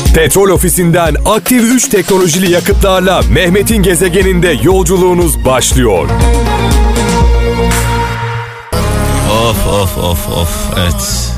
Petrol Ofisi'nden aktif 3 teknolojili yakıtlarla Mehmet'in gezegeninde yolculuğunuz başlıyor. Of. Evet.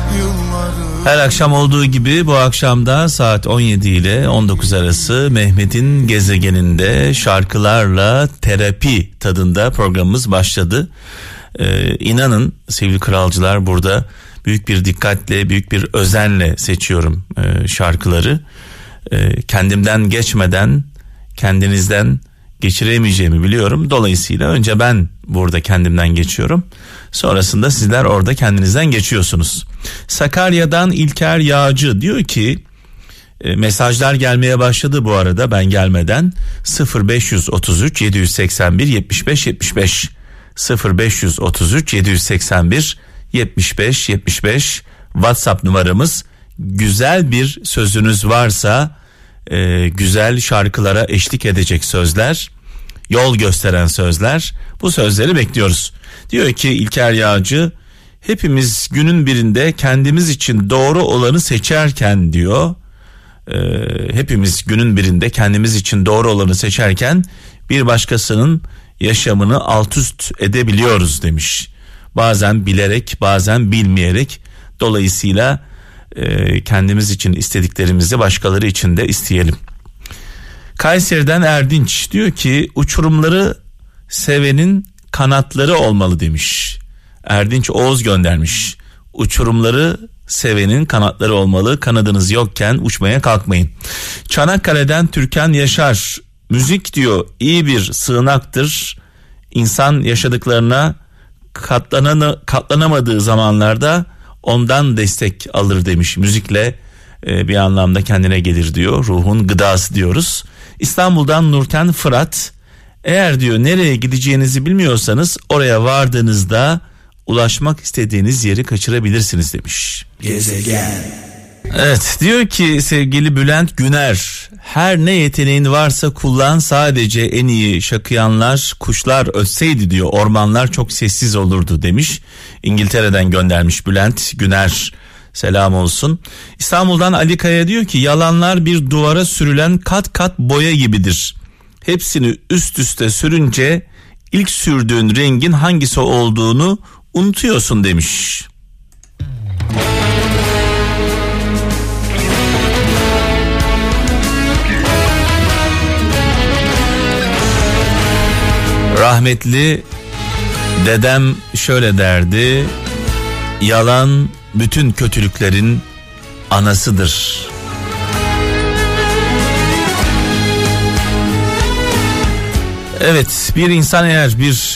Her akşam olduğu gibi bu akşam da saat 17 ile 19 arası Mehmet'in gezegeninde şarkılarla terapi tadında programımız başladı. İnanın sevgili kralcılar, burada büyük bir dikkatle, büyük bir özenle seçiyorum şarkıları. Kendimden geçmeden kendinizden geçiremeyeceğimi biliyorum. Dolayısıyla önce ben burada kendimden geçiyorum. Sonrasında sizler orada kendinizden geçiyorsunuz. Sakarya'dan İlker Yağcı diyor ki mesajlar gelmeye başladı bu arada ben gelmeden. 0533 781 75 75 0533 781 75 75 WhatsApp numaramız. Güzel bir sözünüz varsa, güzel şarkılara eşlik edecek sözler, yol gösteren sözler, bu sözleri bekliyoruz. Diyor ki İlker Yağcı, hepimiz günün birinde kendimiz için doğru olanı seçerken diyor, hepimiz günün birinde kendimiz için doğru olanı seçerken bir başkasının yaşamını alt üst edebiliyoruz demiş. Bazen bilerek, bazen bilmeyerek. Dolayısıyla kendimiz için istediklerimizi başkaları için de isteyelim. Kayseri'den Erdinç diyor ki uçurumları sevenin kanatları olmalı demiş. Erdinç Oğuz göndermiş. Uçurumları sevenin kanatları olmalı. Kanadınız yokken uçmaya kalkmayın. Çanakkale'den Türkan Yaşar, müzik diyor iyi bir sığınaktır. İnsan yaşadıklarına katlanamadığı zamanlarda ondan destek alır demiş. Müzikle bir anlamda kendine gelir diyor. Ruhun gıdası diyoruz. İstanbul'dan Nurten Fırat, eğer diyor nereye gideceğinizi bilmiyorsanız oraya vardığınızda ulaşmak istediğiniz yeri kaçırabilirsiniz demiş. Gezegen. Evet, diyor ki sevgili Bülent Güner, her ne yeteneğin varsa kullan, sadece en iyi şakıyanlar, kuşlar ötseydi diyor, ormanlar çok sessiz olurdu demiş. İngiltere'den göndermiş Bülent Güner, selam olsun. İstanbul'dan Ali Kaya diyor ki yalanlar bir duvara sürülen kat kat boya gibidir. Hepsini üst üste sürünce ilk sürdüğün rengin hangisi olduğunu unutuyorsun demiş. Rahmetli dedem şöyle derdi: yalan bütün kötülüklerin anasıdır. Evet, bir insan eğer bir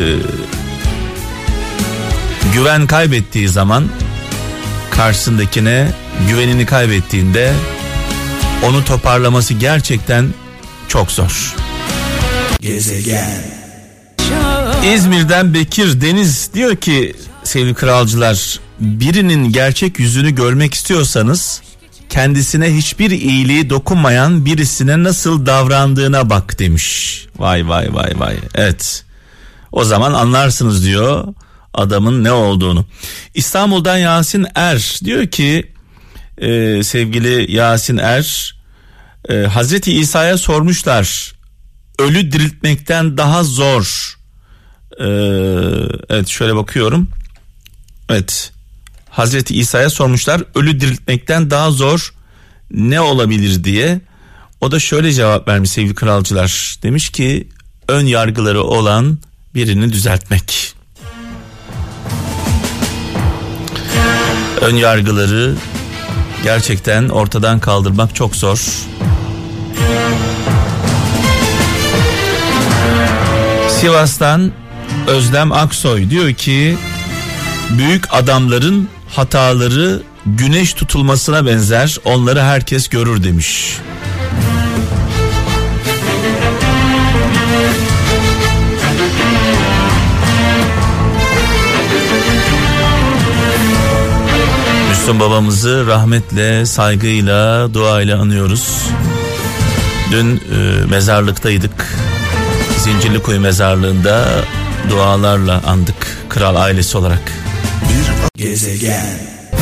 güven kaybettiği zaman, karşısındakine güvenini kaybettiğinde onu toparlaması gerçekten çok zor. Gezegen. İzmir'den Bekir Deniz diyor ki sevgili kralcılar, birinin gerçek yüzünü görmek istiyorsanız kendisine hiçbir iyiliği dokunmayan birisine nasıl davrandığına bak demiş. Vay. Evet, o zaman anlarsınız diyor adamın ne olduğunu. İstanbul'dan Yasin Er diyor ki sevgili Yasin Er, Hazreti İsa'ya sormuşlar, ölü diriltmekten daha zor. Evet, şöyle bakıyorum. Evet, Hazreti İsa'ya sormuşlar, ölü diriltmekten daha zor ne olabilir diye. O da şöyle cevap vermiş sevgili kralcılar. Demiş ki ön yargıları olan birini düzeltmek. Ön yargıları gerçekten ortadan kaldırmak çok zor. Sivas'tan Özlem Aksoy diyor ki büyük adamların hataları güneş tutulmasına benzer, onları herkes görür demiş. Müslüm babamızı rahmetle, saygıyla, duayla anıyoruz. Dün mezarlıktaydık. Zincirlikuyu mezarlığında dualarla andık kral ailesi olarak. Bir gezegen.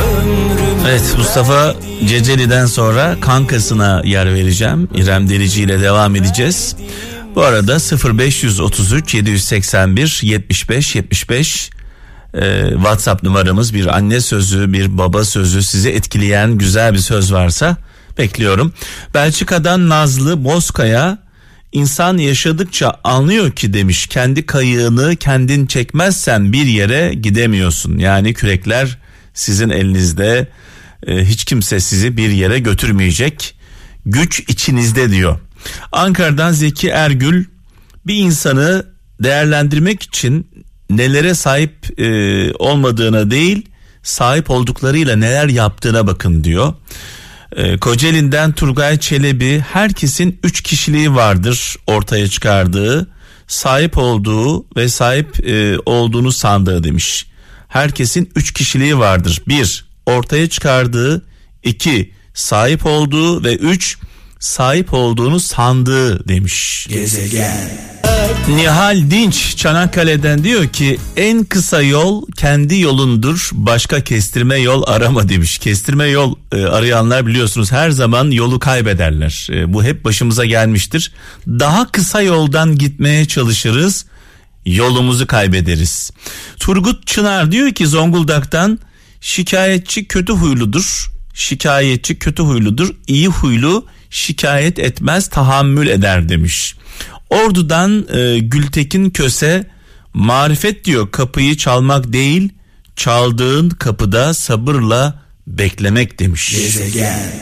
Evet, Mustafa Ceceli'den sonra kankasına yer vereceğim. İrem Derici ile devam edeceğiz. Bu arada 0533 781 75 75 WhatsApp numaramız. Bir anne sözü, bir baba sözü, sizi etkileyen güzel bir söz varsa bekliyorum. Belçika'dan Nazlı Bozkaya, insan yaşadıkça anlıyor ki demiş, kendi kayığını kendin çekmezsen bir yere gidemiyorsun. Yani kürekler sizin elinizde, hiç kimse sizi bir yere götürmeyecek, güç içinizde diyor. Ankara'dan Zeki Ergül, bir insanı değerlendirmek için nelere sahip olmadığına değil, sahip olduklarıyla neler yaptığına bakın diyor. Kocaeli'nden Turgay Çelebi, herkesin 3 kişiliği vardır ortaya çıkardığı, sahip olduğu ve sahip olduğunu sandığı demiş. Herkesin 3 kişiliği vardır. 1. Ortaya çıkardığı, 2. Sahip olduğu ve 3. Sahip olduğunu sandığı demiş. Gezegen. Nihal Dinç Çanakkale'den diyor ki, en kısa yol kendi yolundur, başka kestirme yol arama demiş. Kestirme yol arayanlar biliyorsunuz her zaman yolu kaybederler. Bu hep başımıza gelmiştir. Daha kısa yoldan gitmeye çalışırız, yolumuzu kaybederiz. Turgut Çınar diyor ki Zonguldak'tan, şikayetçi kötü huyludur. Şikayetçi kötü huyludur. İyi huylu şikayet etmez, tahammül eder demiş. Ordu'dan Gültekin Köse, marifet diyor kapıyı çalmak değil, çaldığın kapıda sabırla beklemek demiş. Gezegen.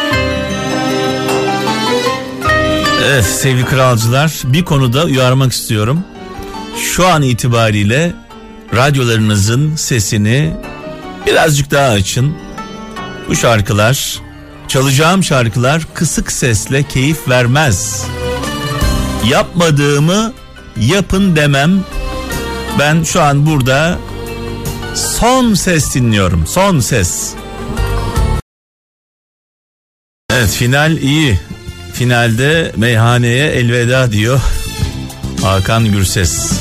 Evet sevgili kralcılar, bir konuda uyarmak istiyorum. Şu an itibariyle radyolarınızın sesini birazcık daha açın. Bu şarkılar, çalacağım şarkılar kısık sesle keyif vermez. Yapmadığımı yapın demem. Ben şu an burada son ses dinliyorum. Son ses. Evet, final iyi. Finalde meyhaneye elveda diyor Hakan Gürses.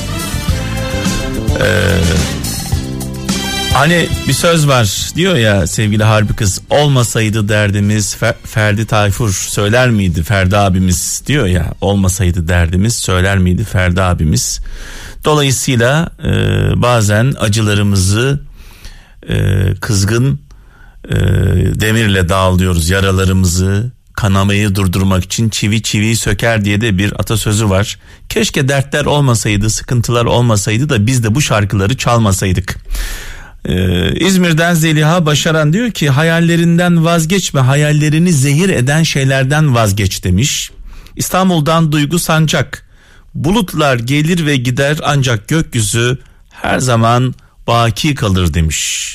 Hani bir söz var diyor ya sevgili Harbi Kız, olmasaydı derdimiz Ferdi Tayfur söyler miydi Ferdi abimiz diyor ya, olmasaydı derdimiz söyler miydi Ferdi abimiz. Dolayısıyla bazen acılarımızı kızgın demirle dağılıyoruz, yaralarımızı, kanamayı durdurmak için çivi çiviyi söker diye de bir atasözü var. Keşke dertler olmasaydı, sıkıntılar olmasaydı da biz de bu şarkıları çalmasaydık. İzmir'den Zeliha Başaran diyor ki, hayallerinden vazgeçme, hayallerini zehir eden şeylerden vazgeç demiş. İstanbul'dan Duygu Sancak, bulutlar gelir ve gider ancak gökyüzü her zaman baki kalır demiş.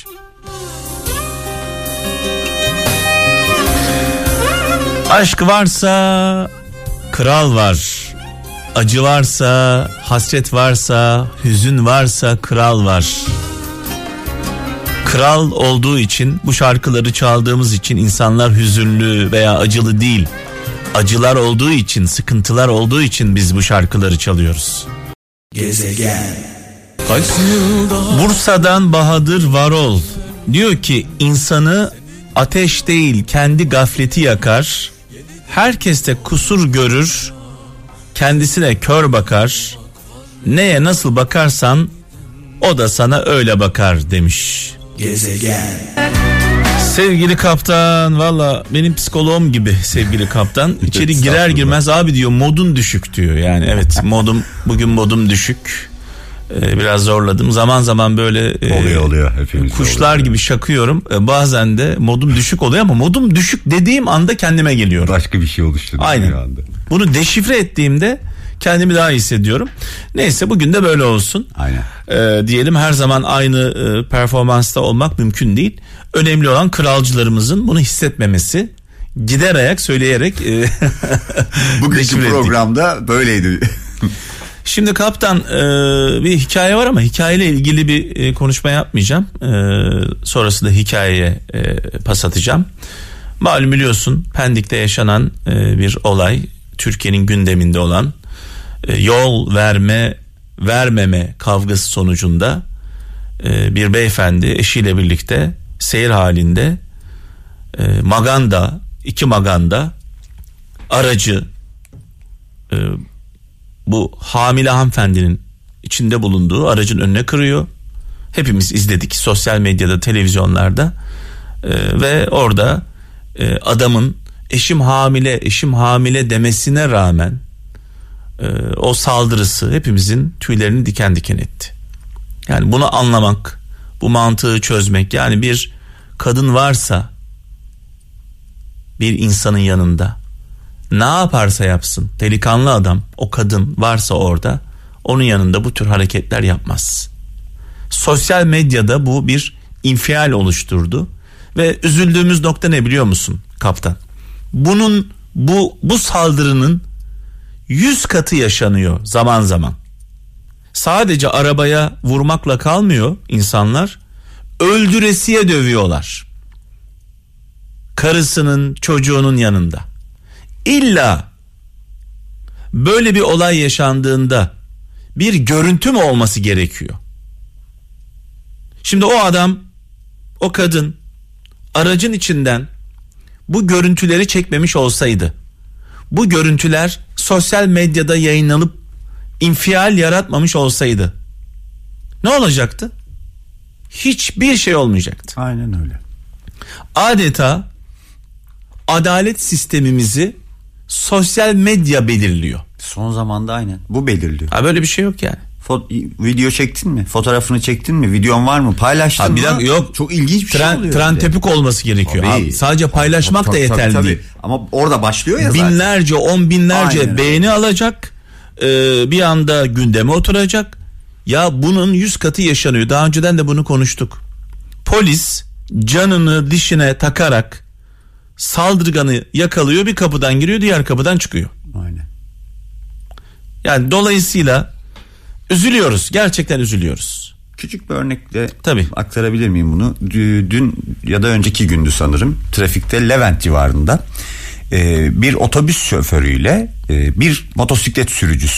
Aşk varsa kral var, acı varsa, hasret varsa, hüzün varsa kral var. Kral olduğu için, bu şarkıları çaldığımız için insanlar hüzünlü veya acılı değil. Acılar olduğu için, sıkıntılar olduğu için biz bu şarkıları çalıyoruz. Gezegen. Bursa'dan Bahadır Varol diyor ki, insanı ateş değil kendi gafleti yakar. Herkes de kusur görür, kendisine kör bakar. Neye nasıl bakarsan o da sana öyle bakar demiş. Gezegen. Sevgili kaptan, valla benim psikoloğum gibi sevgili kaptan. İçeri girer girmez abi diyor, modun düşük diyor. Yani evet, bugün düşük. Biraz zorladım. Zaman zaman böyle oluyor. Hepimiz kuşlar oluyor gibi şakıyorum. Bazen de modum düşük oluyor ama modum düşük dediğim anda kendime geliyorum. Başka bir şey oluşturuyor. Aynen. Anda. Bunu deşifre ettiğimde kendimi daha iyi hissediyorum. Neyse, bugün de böyle olsun. Aynen. Diyelim, her zaman aynı performansta olmak mümkün değil. Önemli olan kralcılarımızın bunu hissetmemesi. Gider ayak söyleyerek bugünkü programda böyleydi. Şimdi kaptan, bir hikaye var ama hikayeyle ilgili bir konuşma yapmayacağım. Sonrasında hikayeye pas atacağım. Malum biliyorsun, Pendik'te yaşanan bir olay, Türkiye'nin gündeminde olan yol vermeme kavgası sonucunda bir beyefendi eşiyle birlikte seyir halinde iki maganda aracı bu hamile hanımefendinin içinde bulunduğu aracın önüne kırıyor. Hepimiz izledik sosyal medyada, televizyonlarda ve orada adamın eşim hamile demesine rağmen o saldırısı hepimizin tüylerini diken diken etti. Yani bunu anlamak, bu mantığı çözmek, yani bir kadın varsa bir insanın yanında ne yaparsa yapsın, delikanlı adam, o kadın varsa orada, onun yanında bu tür hareketler yapmaz. Sosyal medyada bu bir infial oluşturdu ve üzüldüğümüz nokta ne biliyor musun kaptan? Bunun bu saldırının 100 katı yaşanıyor zaman zaman. Sadece arabaya vurmakla kalmıyor insanlar, öldüresiye dövüyorlar. Karısının, çocuğunun yanında. İlla böyle bir olay yaşandığında bir görüntü mü olması gerekiyor? Şimdi o adam, o kadın aracın içinden bu görüntüleri çekmemiş olsaydı, bu görüntüler sosyal medyada yayınlanıp infial yaratmamış olsaydı ne olacaktı? Hiçbir şey olmayacaktı. Aynen öyle. Adeta adalet sistemimizi sosyal medya belirliyor. Son zamanda aynen bu belirliyor. Böyle bir şey yok yani. Video çektin mi? Fotoğrafını çektin mi? Videon var mı? Paylaştın mı? Yok. Çok ilginç bir şey oluyor. Trend topik olması gerekiyor. Sadece paylaşmak da yeterli değil. Ama orada başlıyor ya zaten. Binlerce, on binlerce aynen beğeni alacak. Bir anda gündeme oturacak. Ya bunun 100 katı yaşanıyor. Daha önceden de bunu konuştuk. Polis canını dişine takarak saldırganı yakalıyor. Bir kapıdan giriyor, diğer kapıdan çıkıyor. Aynen. Yani dolayısıyla üzülüyoruz. Gerçekten üzülüyoruz. Küçük bir örnekle tabii aktarabilir miyim bunu? Dün ya da önceki gündü sanırım. Trafikte Levent civarında bir otobüs şoförüyle bir motosiklet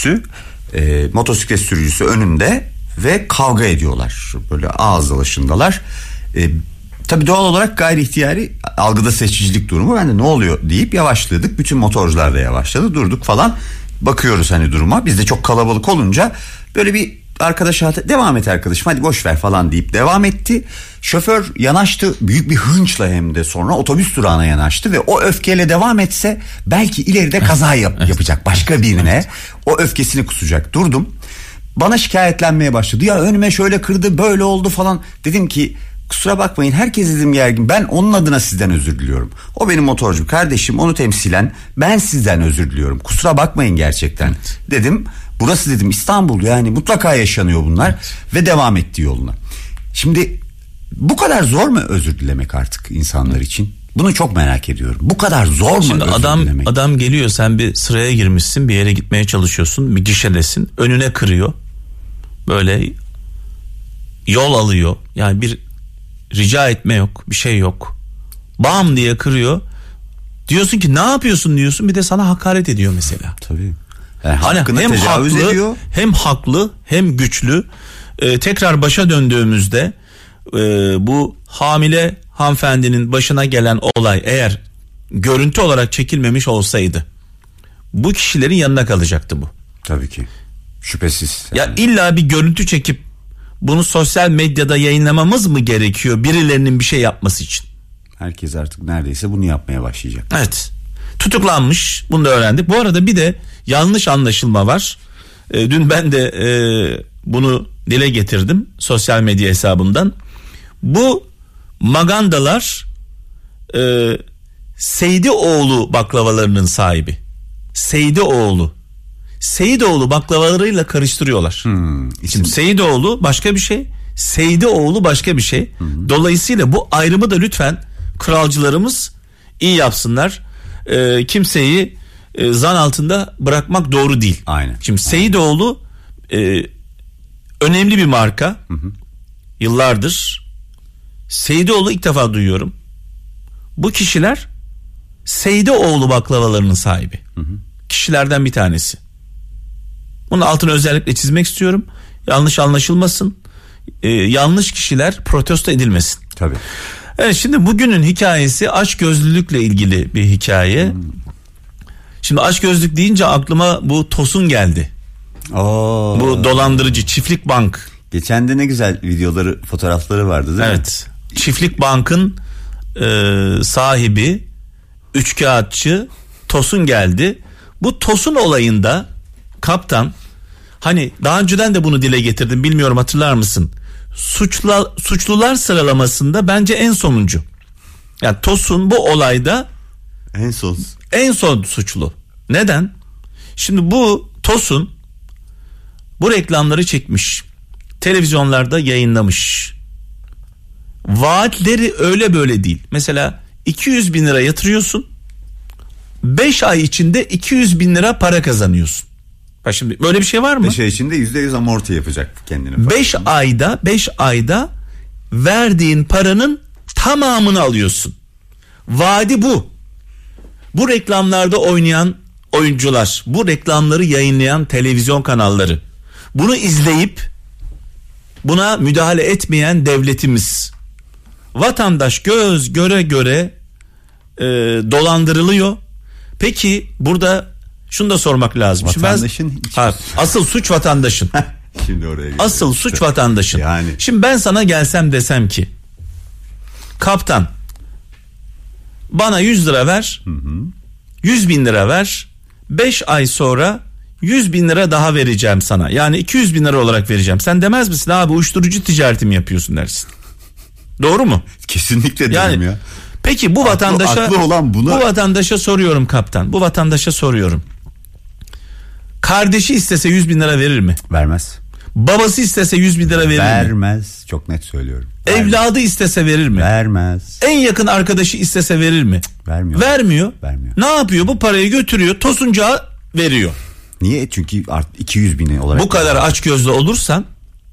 sürücüsü önünde ve kavga ediyorlar. Böyle ağız dalaşındalar. Tabii doğal olarak gayri ihtiyari algıda seçicilik durumu. Ben de ne oluyor deyip yavaşladık. Bütün motorcular da yavaşladı. Durduk falan. Bakıyoruz hani duruma. Biz de çok kalabalık olunca böyle bir arkadaşa devam et arkadaşım hadi boş ver falan deyip devam etti. Şoför yanaştı büyük bir hınçla, hem de sonra otobüs durağına yanaştı ve o öfkeyle devam etse belki ileride kaza yapacak başka birine. O öfkesini kusacak. Durdum. Bana şikayetlenmeye başladı. Ya önüme şöyle kırdı, böyle oldu falan. Dedim ki kusura bakmayın, herkes dedim gergin. Ben onun adına sizden özür diliyorum. O benim motorcu kardeşim, onu temsilen ben sizden özür diliyorum. Kusura bakmayın gerçekten. Evet. Dedim. Burası dedim İstanbul, yani mutlaka yaşanıyor bunlar. Evet. Ve devam etti yoluna. Şimdi bu kadar zor mu özür dilemek artık insanlar için? Bunu çok merak ediyorum. Bu kadar zor mu şimdi özür dilemek? Adam geliyor, sen bir sıraya girmişsin, bir yere gitmeye çalışıyorsun, bir gişedesin, önüne kırıyor. Böyle yol alıyor. Yani bir rica etme yok, bir şey yok. Bam diye kırıyor. Diyorsun ki ne yapıyorsun diyorsun, bir de sana hakaret ediyor mesela. Tabii. Yani hani hem haklı hem güçlü. Tekrar başa döndüğümüzde bu hamile hanımefendinin başına gelen olay eğer görüntü olarak çekilmemiş olsaydı bu kişilerin yanına kalacaktı bu. Tabii ki. Şüphesiz. Yani. Ya illa bir görüntü çekip bunu sosyal medyada yayınlamamız mı gerekiyor birilerinin bir şey yapması için? Herkes artık neredeyse bunu yapmaya başlayacak. Evet. Tutuklanmış. Bunu da öğrendik. Bu arada bir de yanlış anlaşılma var. Dün ben de bunu dile getirdim sosyal medya hesabımdan. Bu magandalar Seydioğlu baklavalarının sahibi. Seydioğlu baklavalarıyla karıştırıyorlar. Şimdi Seydioğlu başka bir şey, Seydioğlu başka bir şey. Dolayısıyla bu ayrımı da lütfen kralcılarımız iyi yapsınlar. Kimseyi zan altında bırakmak doğru değil. Aynen. Şimdi Seydioğlu önemli bir marka. Yıllardır. Seydioğlu ilk defa duyuyorum. Bu kişiler Seydioğlu baklavalarının sahibi. Kişilerden bir tanesi. Bunun altını özellikle çizmek istiyorum. Yanlış anlaşılmasın. Yanlış kişiler protesto edilmesin. Tabii. Evet, şimdi bugünün hikayesi açgözlülükle ilgili bir hikaye. Şimdi açgözlük deyince aklıma bu Tosun geldi. Bu dolandırıcı Çiftlik Bank. Geçen de ne güzel videoları, fotoğrafları vardı değil mi? Evet. Çiftlik Bank'ın sahibi üçkağıtçı Tosun geldi. Bu Tosun olayında kaptan, hani daha önceden de bunu dile getirdim, bilmiyorum hatırlar mısın? Suçlular sıralamasında bence en sonuncu. Yani Tosun bu olayda en son suçlu. Neden? Şimdi bu Tosun bu reklamları çekmiş. Televizyonlarda yayınlamış. Vaatleri öyle böyle değil. Mesela 200 bin lira yatırıyorsun. 5 ay içinde 200 bin lira para kazanıyorsun. Bak şimdi böyle bir şey var mı? 5 ay içinde %100 amorti yapacak kendini. 5 ayda verdiğin paranın tamamını alıyorsun. Vaadi bu. Bu reklamlarda oynayan oyuncular, bu reklamları yayınlayan televizyon kanalları, bunu izleyip buna müdahale etmeyen devletimiz. Vatandaş göz göre göre dolandırılıyor. Peki burada şunu da sormak lazım. Vatandaşın asıl suç vatandaşın. Şimdi oraya asıl suç vatandaşın. Yani. Şimdi ben sana gelsem desem ki kaptan bana 100 lira ver, 100 bin lira ver, 5 ay sonra 100 bin lira daha vereceğim sana. Yani 200 bin lira olarak vereceğim. Sen demez misin abi uyuşturucu ticareti mi yapıyorsun dersin. Doğru mu? Kesinlikle derim ya. Peki bu vatandaşa soruyorum kaptan. Bu vatandaşa soruyorum. Kardeşi istese 100 bin lira verir mi? Vermez. Babası istese 100 bin lira verir mi? Vermez. Çok net söylüyorum. Evladı istese verir mi? Vermez. En yakın arkadaşı istese verir mi? Vermiyor. Ne yapıyor? Bu parayı götürüyor, Tosuncuğa veriyor. Niye? Çünkü 200 bini olarak. Bu kadar açgözlü olursan,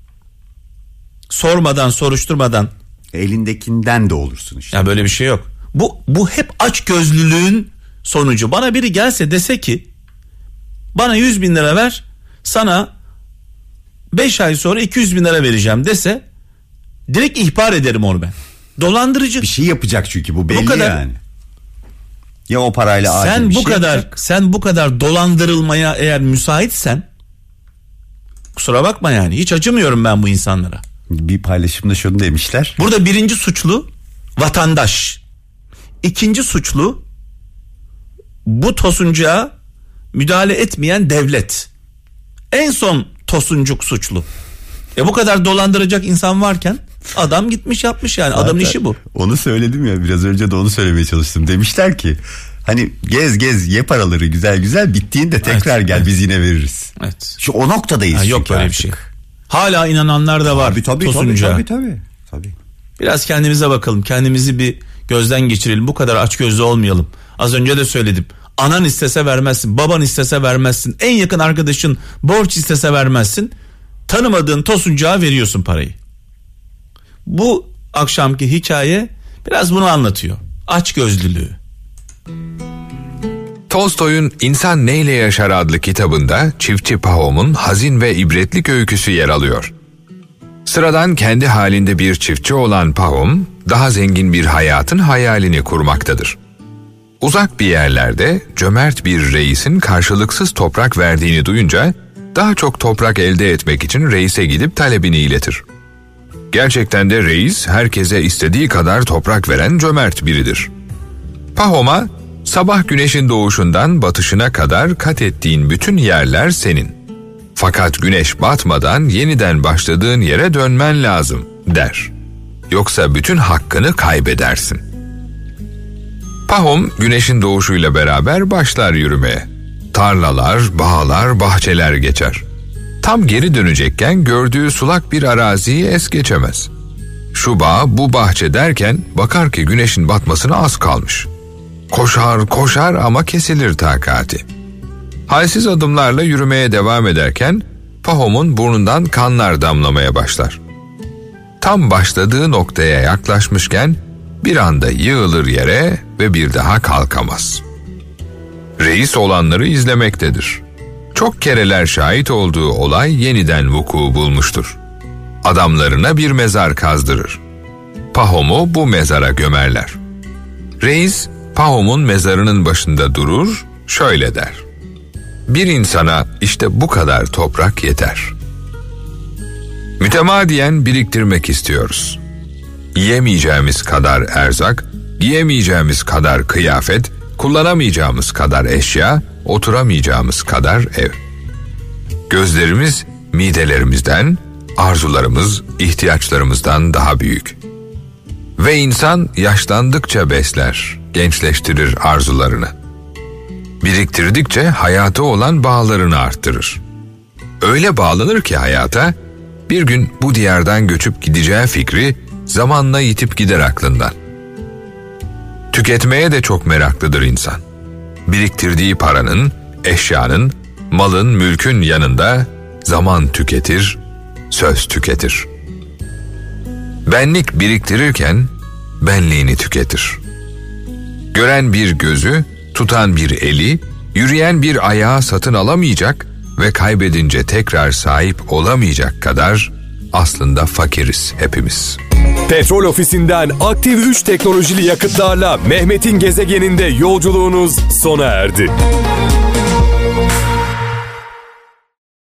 sormadan, soruşturmadan, elindekinden de olursun işte. Ya böyle bir şey yok. Bu hep açgözlülüğün sonucu. Bana biri gelse dese ki bana 100 bin lira ver, sana 5 ay sonra 200 bin lira vereceğim dese direkt ihbar ederim onu ben. Dolandırıcı. Bir şey yapacak çünkü bu belli kadar. Yani. Ya o parayla sen bu kadar dolandırılmaya eğer müsaitsen kusura bakma yani hiç acımıyorum ben bu insanlara. Bir paylaşımda şunu demişler. Burada birinci suçlu vatandaş. İkinci suçlu bu Tosuncuğa müdahale etmeyen devlet. En son Tosuncuk suçlu. Bu kadar dolandıracak insan varken adam gitmiş yapmış yani. Adamın işi bu. Onu söyledim ya, biraz önce de onu söylemeye çalıştım. Demişler ki hani gez ye paraları güzel bittiğinde tekrar gel biz yine veririz. Evet. Şu o noktadayız. Yok böyle bir şey. Hala inananlar da var. Tabii. Biraz kendimize bakalım. Kendimizi bir gözden geçirelim. Bu kadar açgözlü olmayalım. Az önce de söyledim. Anan istese vermezsin. Baban istese vermezsin. En yakın arkadaşın borç istese vermezsin. Tanımadığın Tosuncuğa veriyorsun parayı. Bu akşamki hikaye biraz bunu anlatıyor. Açgözlülüğü. Tolstoy'un İnsan Neyle Yaşar adlı kitabında çiftçi Pahom'un hazin ve ibretlik öyküsü yer alıyor. Sıradan kendi halinde bir çiftçi olan Pahom, daha zengin bir hayatın hayalini kurmaktadır. Uzak bir yerlerde cömert bir reisin karşılıksız toprak verdiğini duyunca, daha çok toprak elde etmek için reise gidip talebini iletir. Gerçekten de reis herkese istediği kadar toprak veren cömert biridir. Pahom'a, sabah güneşin doğuşundan batışına kadar kat ettiğin bütün yerler senin. Fakat güneş batmadan yeniden başladığın yere dönmen lazım der. Yoksa bütün hakkını kaybedersin. Pahom güneşin doğuşuyla beraber başlar yürümeye. Tarlalar, bağlar, bahçeler geçer. Tam geri dönecekken gördüğü sulak bir araziyi es geçemez. Şu bağ, bu bahçe derken bakar ki güneşin batmasına az kalmış. Koşar ama kesilir takati. Halsiz adımlarla yürümeye devam ederken Pahom'un burnundan kanlar damlamaya başlar. Tam başladığı noktaya yaklaşmışken bir anda yığılır yere ve bir daha kalkamaz. Reis olanları izlemektedir. Çok kereler şahit olduğu olay yeniden vuku bulmuştur. Adamlarına bir mezar kazdırır. Pahom'u bu mezara gömerler. Reis Pahom'un mezarının başında durur, şöyle der: bir insana işte bu kadar toprak yeter. Mütemadiyen biriktirmek istiyoruz. Yiyemeyeceğimiz kadar erzak, giyemeyeceğimiz kadar kıyafet, kullanamayacağımız kadar eşya, oturamayacağımız kadar ev. Gözlerimiz midelerimizden, arzularımız ihtiyaçlarımızdan daha büyük. Ve insan yaşlandıkça besler, gençleştirir arzularını. Biriktirdikçe hayata olan bağlarını arttırır. Öyle bağlanır ki hayata, bir gün bu diyardan göçüp gideceği fikri zamanla yitip gider aklından. Tüketmeye de çok meraklıdır insan. Biriktirdiği paranın, eşyanın, malın, mülkün yanında zaman tüketir, söz tüketir. Benlik biriktirirken benliğini tüketir. Gören bir gözü, tutan bir eli, yürüyen bir ayağı satın alamayacak ve kaybedince tekrar sahip olamayacak kadar aslında fakiriz hepimiz. Petrol Ofisi'nden aktif 3 teknolojili yakıtlarla Mehmet'in gezegeninde yolculuğunuz sona erdi.